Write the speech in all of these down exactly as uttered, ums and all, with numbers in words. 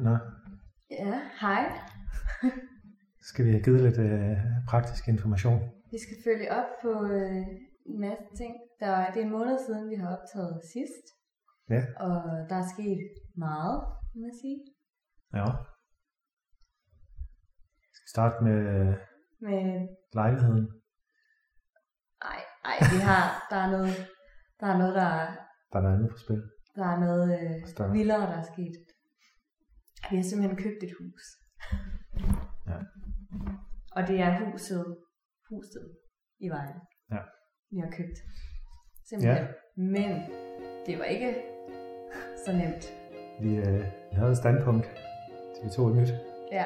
Nå. Ja, hej. Skal vi have givet lidt øh, praktisk information? Vi skal følge op på øh, en masse ting. Der, det er en måned siden, vi har optaget sidst. Ja. Og der er sket meget, må man sige. Ja. Skal vi starte med, med lejligheden? Nej, nej, vi har, der er noget, der er noget, der er, Der er noget andet på spil. der er noget øh, vildere, der er sket. Vi har simpelthen købt et hus. Ja. Og det er huset, huset i Vejle. Ja. Vi har købt. Simpelthen. Ja. Men det var ikke så nemt. Vi, øh, vi havde et standpunkt til vi tog et nyt. Ja.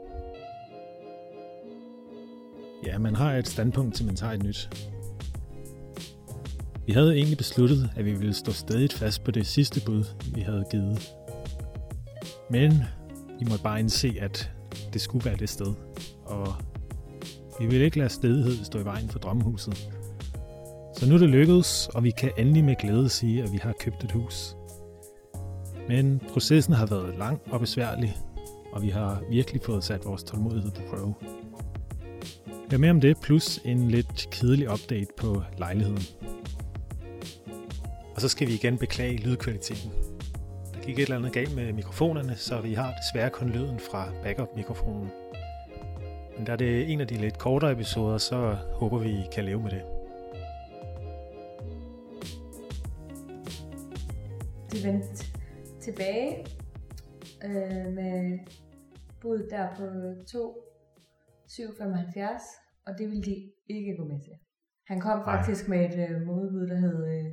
Ja, man har et standpunkt til man tager et nyt. Vi havde egentlig besluttet, at vi ville stå stadigt fast på det sidste bud, vi havde givet. Men vi måtte bare indse, at det skulle være det sted. Og vi ville ikke lade stedighed stå i vejen for drømmehuset. Så nu er det lykkedes, og vi kan endelig med glæde sige, at vi har købt et hus. Men processen har været lang og besværlig, og vi har virkelig fået sat vores tålmodighed på prøve. Hør mere om det, plus en lidt kedelig update på lejligheden. Og så skal vi igen beklage lydkvaliteten. Der gik et eller andet galt med mikrofonerne, så vi har desværre kun lyden fra backup-mikrofonen. Men da det er en af de lidt kortere episoder, så håber vi, I kan leve med det. De vendte tilbage øh, med bud der på to syv femoghalvfjerds, og det ville de ikke gå med til. Han kom faktisk Ej. med et øh, modbud, der hed øh,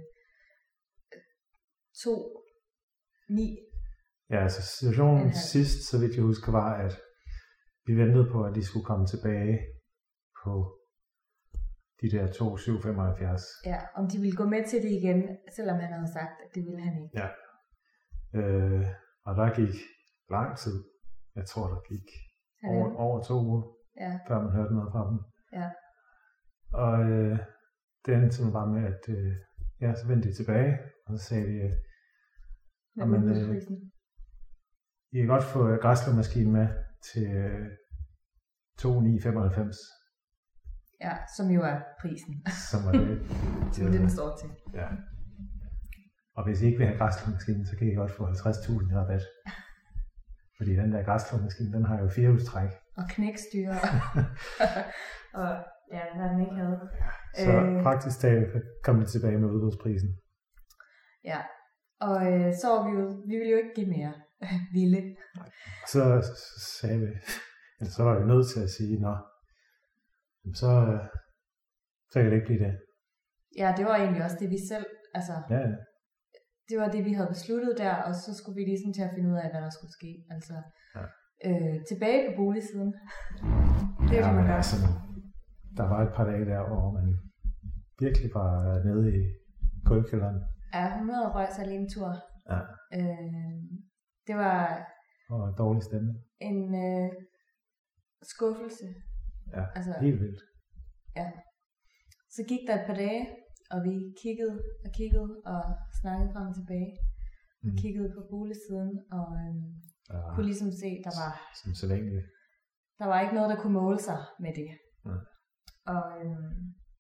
to ni. Ja, altså situationen sidst, så vidt jeg husker, var, at vi ventede på, at de skulle komme tilbage på de der to syv femoghalvfjerds. Ja, om de ville gå med til det igen, selvom han havde sagt, at det ville han ikke. Ja. Øh, og der gik lang tid. Jeg tror, der gik over, over to uger, ja. før man hørte noget fra dem. Ja. Og øh, det endte sådan bare med, at øh, ja, så vendte de tilbage, og så sagde de, øh, at man, øh, I kan godt få græsslåmaskinen med til øh, to ni femoghalvfems. Ja, som jo er prisen. Som er det. Som det, den står til. Ja. Og hvis I ikke vil have græsslåmaskinen, så kan I godt få halvtreds tusind i rabat. Fordi den der græsslåmaskine, den har jo firehjulstræk. Og knækstyre. Og ja, hvad den ikke havde. Så øh, praktisk talt kom vi tilbage med udbudsprisen. Ja, og øh, så var vi jo, vi ville jo ikke give mere. Ville. Så, så sagde vi, eller så var vi nødt til at sige, nå, så, så kan det ikke blive det. Ja, det var egentlig også det, vi selv, altså, ja, ja. Det var det, vi havde besluttet der, og så skulle vi ligesom til at finde ud af, hvad der skulle ske. Altså, ja. øh, tilbage på boligsiden. Det er ja, det, man gør. Altså, der var et par dage der, hvor man virkelig var nede i kulkælderen. Ja, hun havde røget sig lige en tur. Ja. Øh, det var og dårlig stemning. En øh, skuffelse. Ja, altså, helt vildt. Ja. Så gik der et par dage, og vi kiggede og kiggede og snakkede frem og tilbage. Mm. Kiggede på boligsiden, og øhm, ja, kunne ligesom se, der var, som så længe. Der var ikke noget, der kunne måle sig med det. Mm. Og øhm,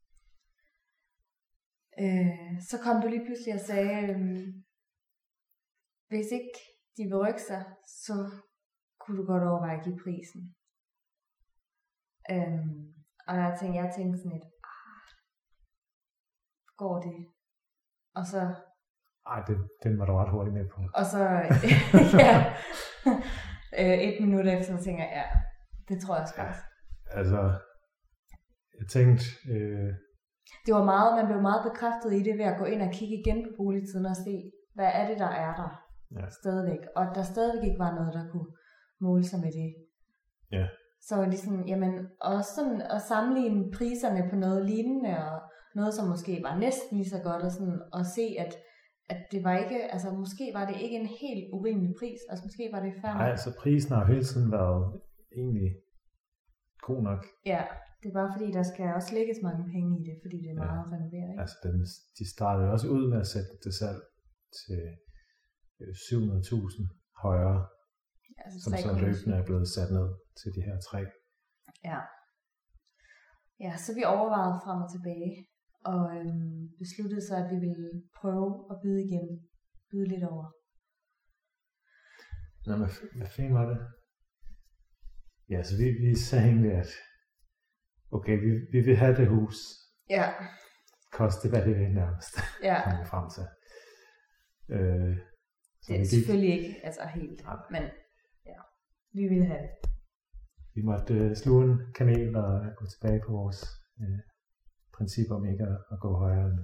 øh, så kom du lige pludselig og sagde, øhm, hvis ikke de vil rykke sig, så kunne du godt overveje at give prisen. Øhm, og jeg tænkte, jeg tænkte sådan et, går det? Og så... Ej, det, den var du ret hurtigt med på. Og så, ja, et minut efter, så tænker jeg, ja, det tror jeg sgu også. Ja, altså, jeg tænkte... Øh... Det var meget, man blev meget bekræftet i det ved at gå ind og kigge igen på boligsiden og se, hvad er det, der er der ja. stadigvæk. Og der stadigvæk ikke var noget, der kunne måle sig med det. Ja. Så var det sådan, jamen, også sådan at sammenligne priserne på noget lignende, og noget, som måske var næsten lige så godt, og, sådan, og se, at, at det var ikke, altså måske var det ikke en helt urimelig pris, altså måske var det fair. Nej, altså prisen har hele tiden været egentlig god nok. Ja, det er bare fordi, der skal også lægges mange penge i det, fordi det er meget ja. renoveret, ikke? Altså, den, de startede også ud med at sætte det salg til syv hundrede tusind højere. Ja, Altså som så løbende er blevet sat ned til de her tre. Ja. Ja, så vi overvejede frem og tilbage, og øhm, besluttede så, at vi ville prøve at byde igen. Byde lidt over. Nå, hvad, hvad fanden var det? Ja, så vi, vi sagde egentlig, at okay, vi, vi vil have det hus. Ja. Koste hvad det vil nærmest. Ja. Kom vi frem til. Øh, det er selvfølgelig ikke altså helt, ja. Men ja, vi ville have det. Vi måtte øh, sluge en kanel og gå tilbage på vores øh, princip om ikke at, at gå højere end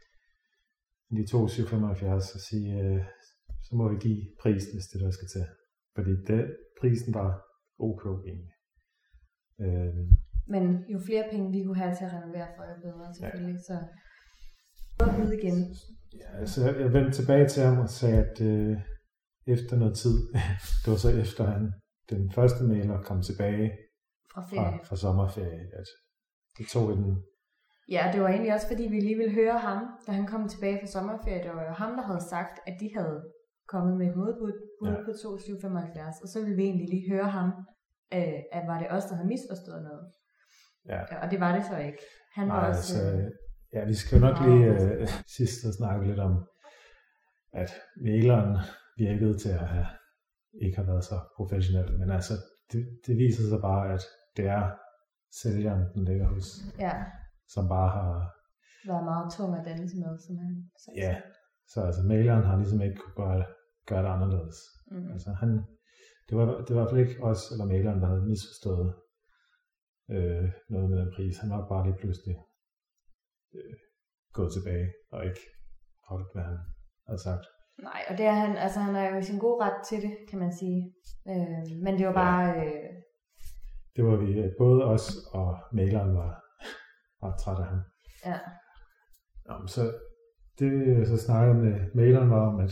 de to syv femoghalvfjerds og sige, øh, så må vi give prisen, hvis det der skal til. Fordi det, prisen var ok egentlig. Øh, Men jo flere penge vi kunne have til at renovere for, jo bedre selvfølgelig. Ja. Så prøv at vide igen. Ja, altså jeg vendte tilbage til ham og sagde, at øh, efter noget tid, det var så efter han, den første mailer kom tilbage fra, fra, fra sommerferie, at det tog en... Ja, det var egentlig også fordi, vi lige ville høre ham, da han kom tilbage fra sommerferie. Det var jo ham, der havde sagt, at de havde kommet med et modbud ja. på to syv femoghalvfjerds, og så ville vi egentlig lige høre ham, øh, at var det os, der havde misforstået noget. Ja. Og det var det så ikke. Han Nej, var også... Altså, ja, vi skal jo nok lige øh, sidst snakke lidt om, at maileren virkede til at have ikke har været så professionel, men altså, det, det viser sig bare, at det er sælgeren, den ligger hos, ja. Som bare har været meget tung at danse med, som han sagde. Ja, så altså, maileren har ligesom ikke kunne gøre, gøre det anderledes. Mm. Altså, han, det var, det var i hvert fald ikke os, eller maileren, der havde misforstået øh, noget med den pris. Han var bare lige pludselig øh, gået tilbage, og ikke holdt, hvad han havde sagt. Nej, og det er han, altså han er jo i sin gode ret til det, kan man sige. Øh, men det var bare... Øh... Det var vi, både os og maileren var, var træt af ham. Ja. Jamen, så det vi så snakkede med maileren var om, at,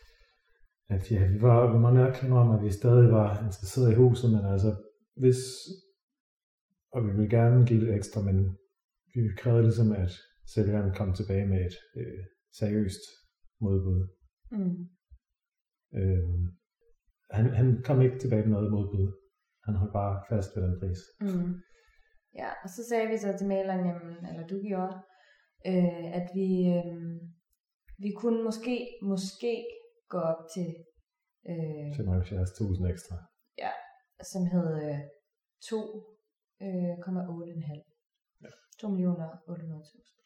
at ja, vi var, vi må nok kende om, at vi stadig var interesseret i huset, men altså, hvis, og vi ville gerne give lidt ekstra, men vi krævede ligesom, at sælgeren kom tilbage med et øh, seriøst modbud. Mm. Øhm, han, han kom ikke tilbage med noget modbud. Han holdt bare fast ved den pris. Mm. Ja, og så sagde vi så til maleren, jamen, eller du gjorde, øh, at vi, øh, vi kunne måske, måske gå op til øh, femoghalvfjerds tusind ekstra. Ja, som hed øh, to komma otte Ja. to millioner otte hundrede tusind.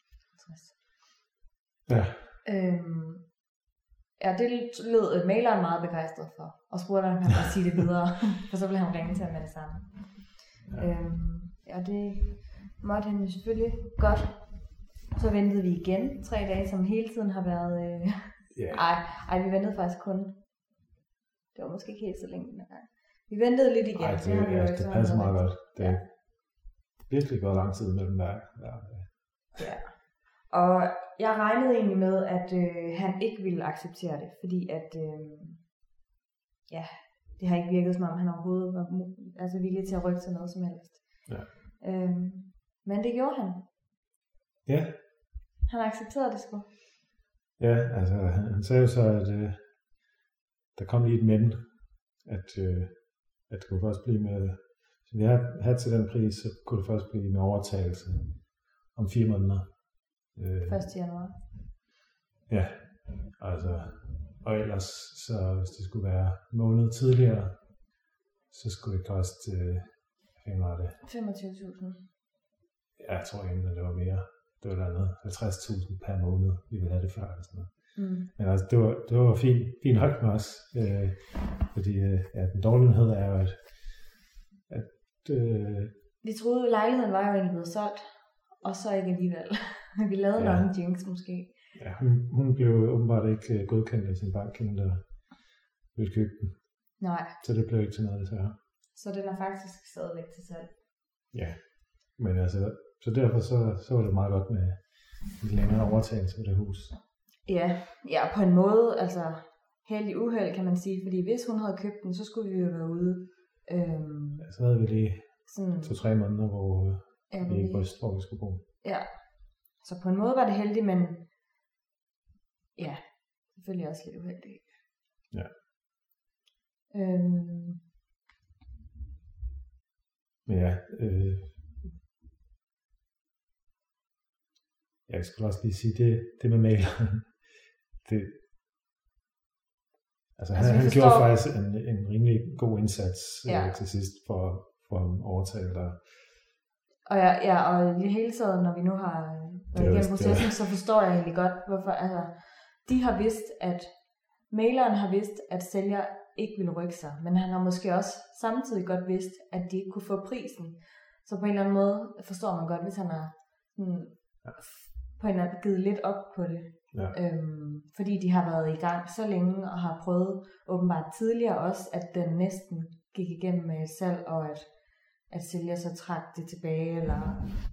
Ja. Øhm, ja, det lød maleren meget begejstret for, og spurgte, om han ville sige det videre, for så ville han ringe til ham med det samme. Ja. Øhm, ja, det måtte han jo selvfølgelig godt. Så ventede vi igen tre dage, som hele tiden har været... Øh... Yeah. Ej, ej, vi ventede faktisk kun... Det var måske ikke helt så længe den gang. Vi ventede lidt igen. Ej, det, det, ja, det passer meget godt. Det er ja. virkelig gået lang tid mellem hver. Ja. ja. Og jeg regnede egentlig med, at øh, han ikke ville acceptere det, fordi at... Øh, ja, det har ikke virket som om, han overhovedet var altså villig til at rykke til noget som helst. Ja. Øhm, men det gjorde han. Ja. Han accepterede det sgu. Ja, altså han, han sagde jo så, at øh, der kom lige et men, at, øh, at det kunne først blive med, så vi havde til den pris, så kunne det først blive med overtagelse om fire måneder. Øh, første januar. Ja, altså, og ellers, så hvis det skulle være en måned tidligere, så skulle det koste, øh, hvad var det? femogtyve tusind. Ja, jeg tror egentlig, at det var mere. Det var der noget halvtreds tusind per måned, vi ville have det før. Eller sådan noget. Mm. Men altså, det var, det var fint, fint nok med os. Øh, fordi øh, ja, den dårlighed er jo, at... at øh, vi troede, at lejligheden var jo egentlig blevet solgt, og så ikke alligevel. Vi lavede ja. nok en jinx måske. Ja, hun, hun blev åbenbart ikke godkendt af sin bank, inden der ville købe den. Nej. Så det blev ikke til noget, desværre. Så den er faktisk stadigvæk til salg. Ja, men altså... Så derfor så, så var det meget godt med en længere overtagelse af det hus. Ja, ja, på en måde, altså heldig uheld kan man sige, fordi hvis hun havde købt den, så skulle vi jo være ude. Øhm, ja, så havde vi lige sådan, to-tre måneder, hvor ja, vi ikke vidste, hvor vi skulle bo. Ja, så på en måde var det heldigt, men ja, selvfølgelig også lidt uheldigt. Ja. Øhm, men ja, øh, jeg skulle også lige sige, det, det med maleren, det, altså, altså han, han gjorde faktisk en, en rimelig god indsats ja. øh, til sidst for, for at overtale dig. Og ja, ja, og i det hele taget, når vi nu har været igennem processen, så forstår jeg egentlig godt, hvorfor, altså, de har vidst, at maileren har vidst, at sælger ikke ville rykke sig, men han har måske også samtidig godt vidst, at de ikke kunne få prisen. Så på en eller anden måde forstår man godt, hvis han har hmm, ja. på en eller anden givet lidt op på det. Ja. Øhm, fordi de har været i gang så længe, og har prøvet åbenbart tidligere også, at den næsten gik igennem med et salg, og at, at sælger så trak det tilbage, eller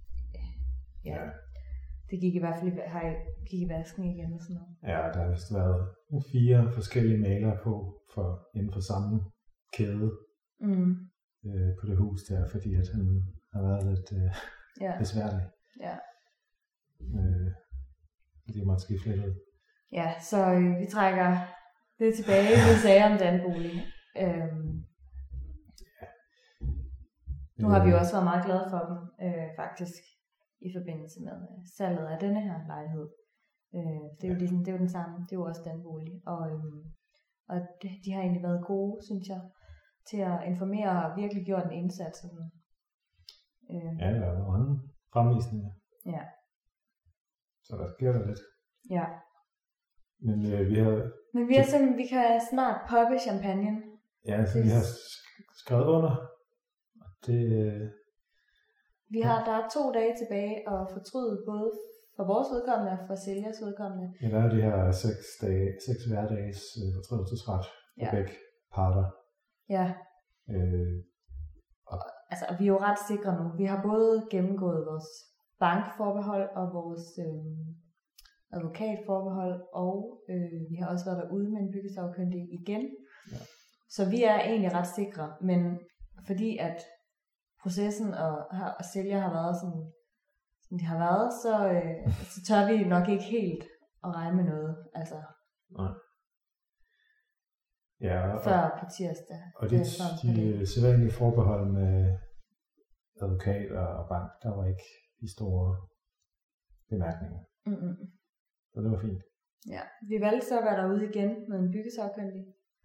ja, ja. Det gik i hvert fald har gik i vasken igen og sådan noget. Ja, der har vist været fire forskellige malere på for, inden for samme kæde mm. øh, på det hus der, fordi at han har været lidt øh, ja. besværlig. Ja. Øh, det er måske flettet. Ja, så øh, vi trækker det tilbage, vi sagde om den bolig. Øhm, ja. Nu har vi jo også været meget glade for dem, øh, faktisk. I forbindelse med salget af denne her lejlighed. Øh, det, er jo ligesom, det er jo den samme, det er jo også den bolig. Og, øhm, og de, de har egentlig været gode, synes jeg, til at informere og virkelig gjort en indsats. Sådan. Øh. Ja, der er mange fremvisninger. Ja. Så der sker der lidt. Ja. Men øh, vi har... Men vi, er simpelthen, vi kan snart poppe champagne. Ja, så vi har skrevet under. Og det... Øh, Vi har, der er to dage tilbage at fortryde, både for vores vedkommende og for sælgers vedkommende. Ja, der er de her seks, dage, seks hverdages øh, fortrydelsesret for ja. begge parter. Ja. Øh, og, altså, vi er jo ret sikre nu. Vi har både gennemgået vores bankforbehold og vores øh, advokatforbehold, og øh, vi har også været derude med en byggesagkyndig igen. Ja. Så vi er egentlig ret sikre, men fordi at processen og, og sælger har været sådan, som de har været, så, øh, så tør vi nok ikke helt at regne med noget. Altså, nej. Ja, og, før på tirsdag. Og det, de, de sædvanlige forbehold med advokater og bank, der var ikke de store bemærkninger. Mm-mm. Så det var fint. Ja, vi valgte så at være derude igen med en byggesagkyndig.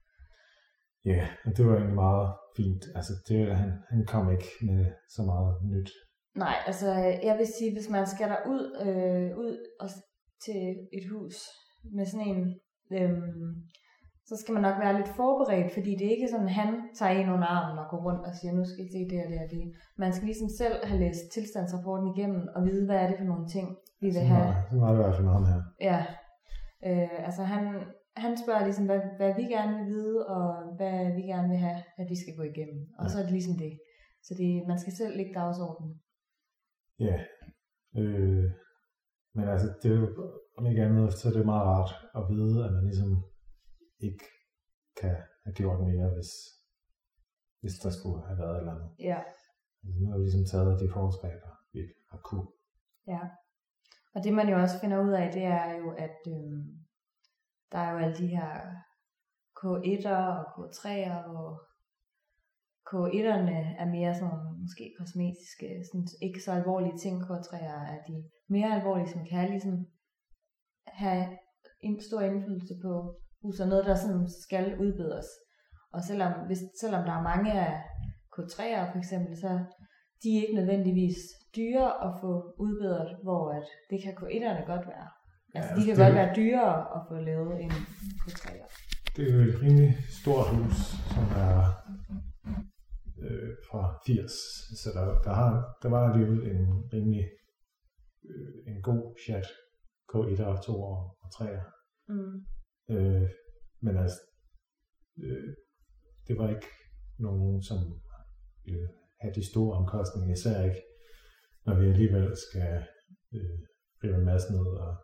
Ja, og det var egentlig meget fint. Altså, det, han, han kom ikke med så meget nyt. Nej, altså, jeg vil sige, hvis man skal derud øh, ud og til et hus med sådan en, øh, så skal man nok være lidt forberedt, fordi det er ikke sådan, at han tager en under armen og går rundt og siger, nu skal I se det og det og det. Man skal ligesom selv have læst tilstandsrapporten igennem og vide, hvad er det for nogle ting, vi vil have. Så var det i hvert fald noget her. Ja, øh, altså han... Han spørger ligesom, hvad, hvad vi gerne vil vide, og hvad vi gerne vil have, at vi skal gå igennem. Og ja. Så er det ligesom det. Så det, man skal selv lægge dagsordenen. Ja. Øh, men altså, det er jo, om ikke andet, så er det meget rart at vide, at man ligesom ikke kan have gjort mere, hvis, hvis der skulle have været et eller andet. Ja. Altså, nu har vi ligesom taget de forholdsregler, vi har kunne. Ja. Og det man jo også finder ud af, det er jo, at øh, der er jo alle de her K et'er og K tre'er, hvor K et'erne er mere sådan, måske kosmetiske, sådan ikke så alvorlige ting. K tre'er er de mere alvorlige, som kan ligesom have en stor indflydelse på huset, noget der sådan skal udbedres. Og selvom, hvis, selvom der er mange af K tre'er for eksempel, så de er ikke nødvendigvis dyre at få udbedret, hvor at det kan K et'erne godt være. Altså, ja, de kan godt være dyrere at få lavet en K tre'er. Det er jo et rimelig stort hus, som er øh, fra firs. Så der, der, har, der var det jo en rimelig øh, en god chat. K et'er, to'er og tre'er. Mm. Øh, men altså, øh, det var ikke nogen, som ville have de store omkostninger, især ikke, når vi alligevel skal øh, rive en masse ned og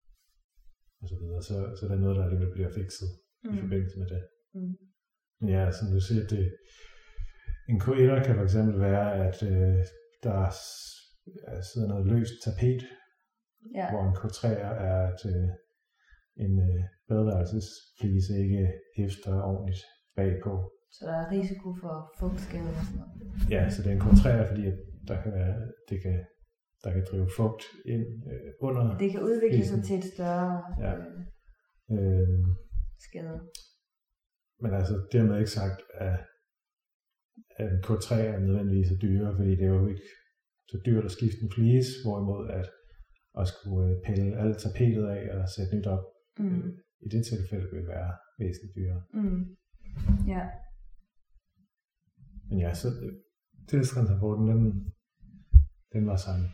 og så videre, så, så der er noget, der alligevel bliver fikset mm. i forbindelse med det. Mm. Men ja, som du siger, det, en K et'er kan for eksempel være, at øh, der sidder noget løst tapet, ja. Hvor en K tre'er er, at øh, en øh, badeværelsesflise ikke hæfter ordentligt bagpå. Så der er risiko for fugtskade og sådan noget? Ja, så det er en K tre, fordi der kan være, det kan, der kan drive fugt ind øh, under. Det kan udvikle sig til et større ja. øh, øhm, skade. Men altså, dermed ikke sagt, at, at en K tre er nødvendigvis er dyre, fordi det er jo ikke så dyrt at skifte en flise, hvorimod at at skulle pille alt tapetet af og sætte nyt op, mm. øh, i det tilfælde vil være væsentligt dyrere. Mm. Ja. Men ja, så øh, tilstandsrapporten, den, den var sådan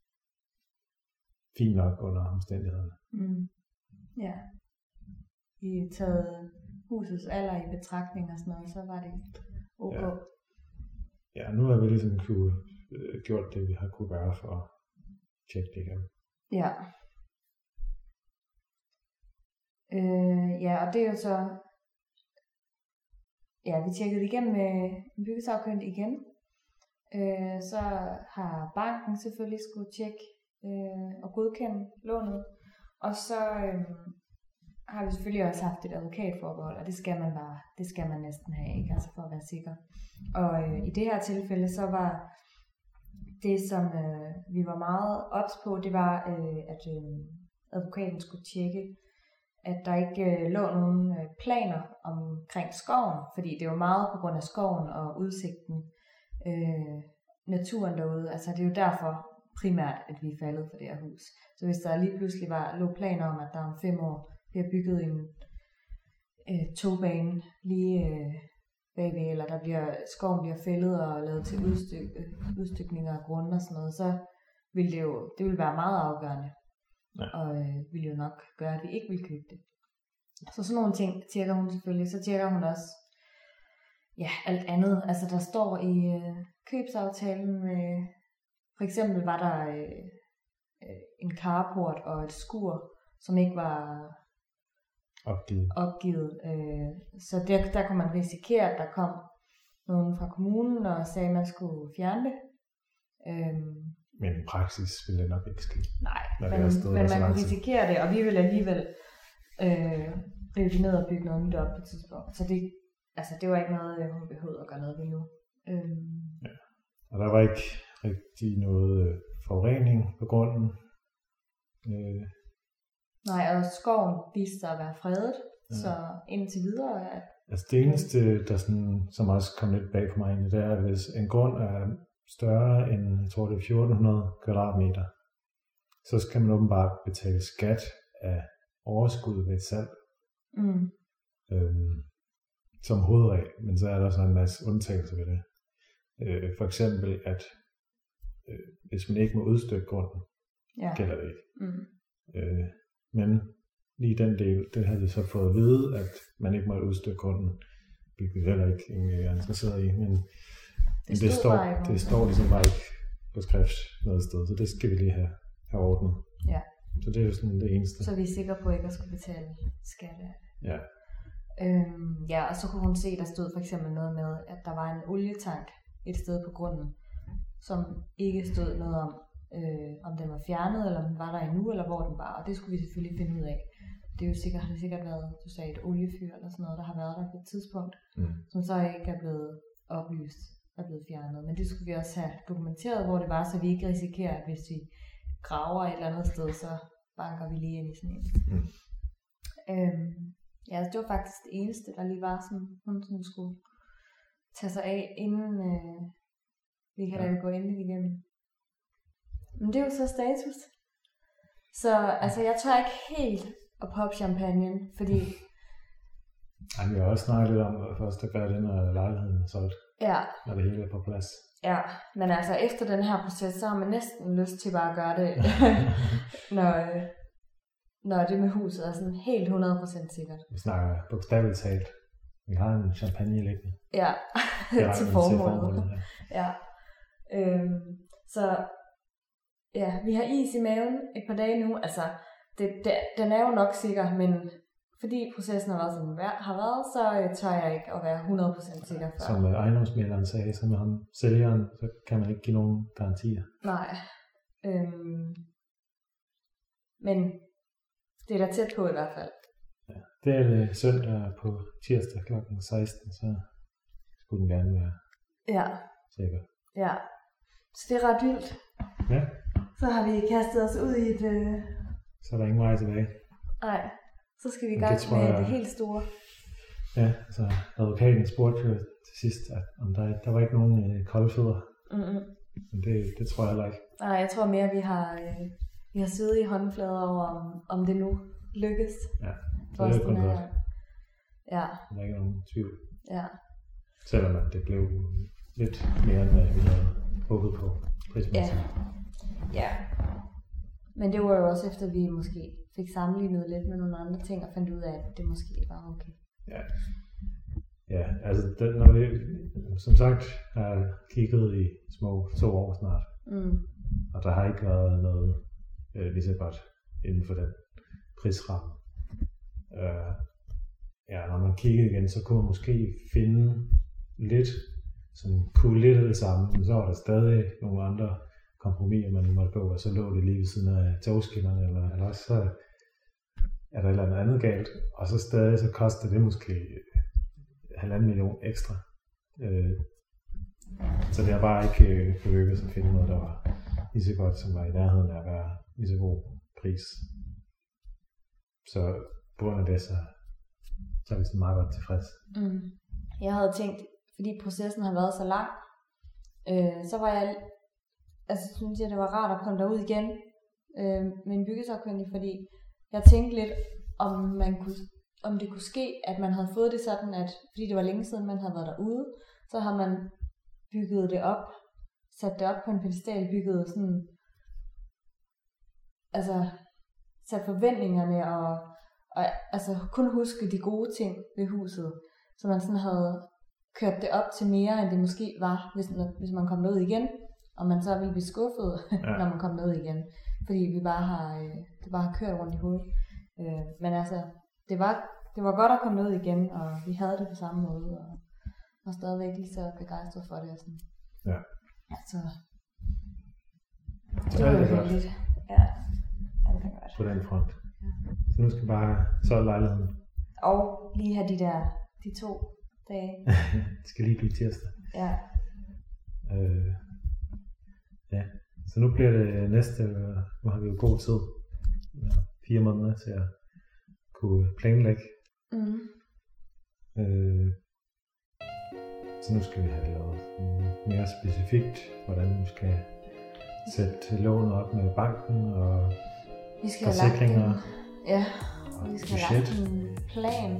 fin nok under omstændighederne. Mm. Ja. I taget husets alder i betragtning og sådan noget, så var det ok. Ja, ja nu har vi ligesom kunne, øh, gjort det, vi har kunne gøre for at tjekke det igen. Ja. Øh, ja, og det er jo så, ja, vi tjekkede igennem med en byggesagkyndig igen. Øh, så har banken selvfølgelig skulle tjekke øh, og godkende lånet. Og så øh, har vi selvfølgelig også haft et advokatforbehold, og det skal man bare, det skal man næsten have, ikke? Altså for at være sikker. Og øh, i det her tilfælde, så var det, som øh, vi var meget ops på, det var, øh, at øh, advokaten skulle tjekke, at der ikke øh, lå nogen øh, planer omkring skoven, fordi det er jo meget på grund af skoven og udsigten, øh, naturen derude. Altså det er jo derfor primært, at vi er faldet for det her hus. Så hvis der lige pludselig var lå planer om, at der om fem år bliver bygget en øh, togbane lige øh, bagved, eller der bliver, skoven bliver fældet og lavet til udstyk, øh, udstykninger af grunde og sådan noget, så vil det jo det vil være meget afgørende. Ja. Og øh, vil jo nok gøre, at vi ikke vil købe det. Så sådan nogle ting tjekker hun selvfølgelig. Så tjekker hun også ja, alt andet. Altså der står i øh, købsaftalen, øh, for eksempel var der øh, øh, en carport og et skur, som ikke var opgivet. opgivet. Øh, så der, der kunne man risikere, at der kom nogen fra kommunen og sagde, at man skulle fjerne det. Øh, Men i praksis vil det nok ikke ske. Nej, men, men man kan risikere det, og vi vil alligevel øh, rive det ned og bygge noget nyt op på et tidspunkt. Så det, altså, det var ikke noget, hun behøvede at gøre noget ved nu. Øhm. Ja. Og der var ikke rigtig noget forurening på grunden. Øh. Nej, og skoven viste sig at være fredet, ja. Så indtil videre... At... Altså det eneste, der sådan, som også kom lidt bag på mig, det er, at hvis en grund er større end, jeg tror det er fjorten hundrede kvadratmeter, så skal man åbenbart betale skat af overskud ved et salg. Mm. Øhm, som hovedregel, men så er der så en masse undtagelser ved det. Øh, for eksempel, at øh, hvis man ikke må udstykke grunden, ja. Gælder det ikke. Mm. Øh, men lige den del, det havde vi så fået at vide, at man ikke må udstykke grunden. Det er vi heller ikke er interesseret i, men Det, det, står, det står ligesom bare ikke på skrift noget sted, så det skal vi lige have, have ordnet. Ja. Så det er jo sådan det eneste. Så vi er sikre på ikke at skulle betale skat af. Ja. Øhm, ja, og så kunne hun se, der stod for eksempel noget med, at der var en olietank et sted på grunden, som ikke stod noget om, øh, om den var fjernet, eller om den var der endnu, eller hvor den var, og det skulle vi selvfølgelig finde ud af. Det er jo sikkert, har det sikkert været, du sagde, et oliefyr eller sådan noget, der har været der på et tidspunkt, mm. som så ikke er blevet oplyst. Er blevet fjernet. Men det skulle vi også have dokumenteret, hvor det var, så vi ikke risikerer, at hvis vi graver et eller andet sted, så banker vi lige ind i sådan en. Mm. Øhm, ja, det var faktisk det eneste, der lige var, som hun sådan skulle tage sig af, inden øh, vi kan ja. Da gå endelig igennem. Men det er jo så status. Så altså, jeg tør ikke helt at poppe champagnen, fordi... Ej, vi har også snakket lidt om, at først at gøre det, når lejligheden er solgt. Ja. Når det hele er på plads. Ja, men altså efter den her proces, så har man næsten lyst til bare at gøre det, når, når det med huset er sådan helt hundrede procent sikkert. Vi snakker bogstaveligt talt. Vi har en champagne liggende. Ja, til formålet. Ja. Ja. Øhm, så ja, vi har is i maven et par dage nu. Altså, det, det, den er jo nok sikker, men... Fordi processen har været, som den har været, så tør jeg ikke at være hundrede procent sikker før. Som ejendomsmægleren sagde, så med ham sælgeren, så kan man ikke give nogen garantier. Nej. Øhm, men det er da tæt på i hvert fald. Ja, det er det søndag på tirsdag klokken seksten, så skulle den gerne være Ja. sikker. Ja. Så det er ret vildt. Ja. Så har vi kastet os ud i et... Øh... Så er der ingen vej tilbage. Nej, så skal vi i Men gang det tror med jeg- det helt store. Ja, altså advokaten spurgte jo til sidst, at om der, der var ikke nogen øh, kolde fødder. Mm-mm. Men det, det tror jeg heller ikke. Nej, jeg tror mere, at vi har, øh, vi har siddet i håndflader over, om, om det nu lykkes. Ja, for det er os kun den her godt. gang. Ja, Der er ikke nogen tvivl. ja. Selvom at det blev lidt mere, end hvad vi havde håbet på prismæssigt. Ja. Men det var jo også efter, vi måske fik sammenlignet lidt med nogle andre ting, og fandt ud af, at det måske var okay. Ja, ja altså den, når vi som sagt har kigget i små to år snart, Mm. og der har ikke været noget øh, lige så godt inden for den prisramme. Øh, ja, når man kigger igen, så kunne man måske finde lidt, som kunne lidt af det samme, men så var der stadig nogle andre kompromiser, man måtte gå, og så lå det lige ved siden af togskinnerne, eller, eller også så er der et eller andet galt, og så stadig så koster det måske halvanden million ekstra. Øh, så det har bare ikke øh, lykkedes at finde noget, der var lige så godt, som var i nærheden af at være lige så god pris. Så på grund af det, så, så er vi sådan meget godt tilfreds. Mm. Jeg havde tænkt, fordi processen har været så lang, øh, så var jeg, altså synes jeg, det var rart at komme derud igen øh, med en byggesagkyndig, fordi jeg tænkte lidt, om man kunne, om det kunne ske, at man havde fået det sådan, at fordi det var længe siden, man havde været derude, så har man bygget det op, sat det op på en pedestal, bygget sådan, altså sat forventningerne og, og altså kun huske de gode ting ved huset, så man sådan havde kørt det op til mere, end det måske var, hvis, hvis man kom med igen, og man så ville blive skuffet, ja. Når man kom med igen, fordi vi bare har, øh, det bare har kørt rundt i hovedet. Øh, men altså, det var, det var godt at komme med igen, og vi havde det på samme måde, og var stadigvæk lige så begejstret for det. Og sådan. Ja. Altså, Så det var alt jo er godt heldigt. Ja, alt er godt. på den front. Ja. Så nu skal vi bare solge lejligheden. Og lige have de der, de to dage. Det skal lige blive tirsdag. Ja. Øh, ja, så nu bliver det næste, nu har vi jo god tid, ja, fire måneder til at kunne planlægge. Mm. Øh, så nu skal vi have lavet mere specifikt, hvordan vi skal sætte lånet op med banken og Vi skal have lagt forsikringer en, ja, og vi skal have budget. lagt en plan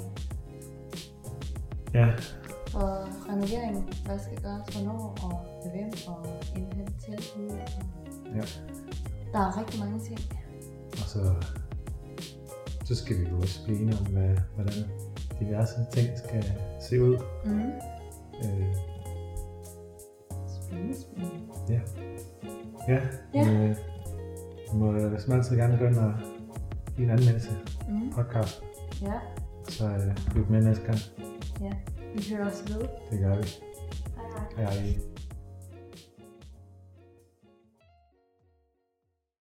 Ja, for renoveringen. Hvad skal gøres, hvornår og med hvem og indhente tilbud. ja. Der er rigtig mange ting. Og så, så skal vi jo også blive enige om, hvad, hvordan diverse ting skal se ud. Mm. Øh, Spændende, spændende. ja. Ja, Ja. men, øh, du må øh, som altid gerne gå ind og give en anmeldelse Mm. podcast, Ja, så øh, lyt med næste gang. ja. Vi hører os ved. Det gør vi. Hej hej. Hej.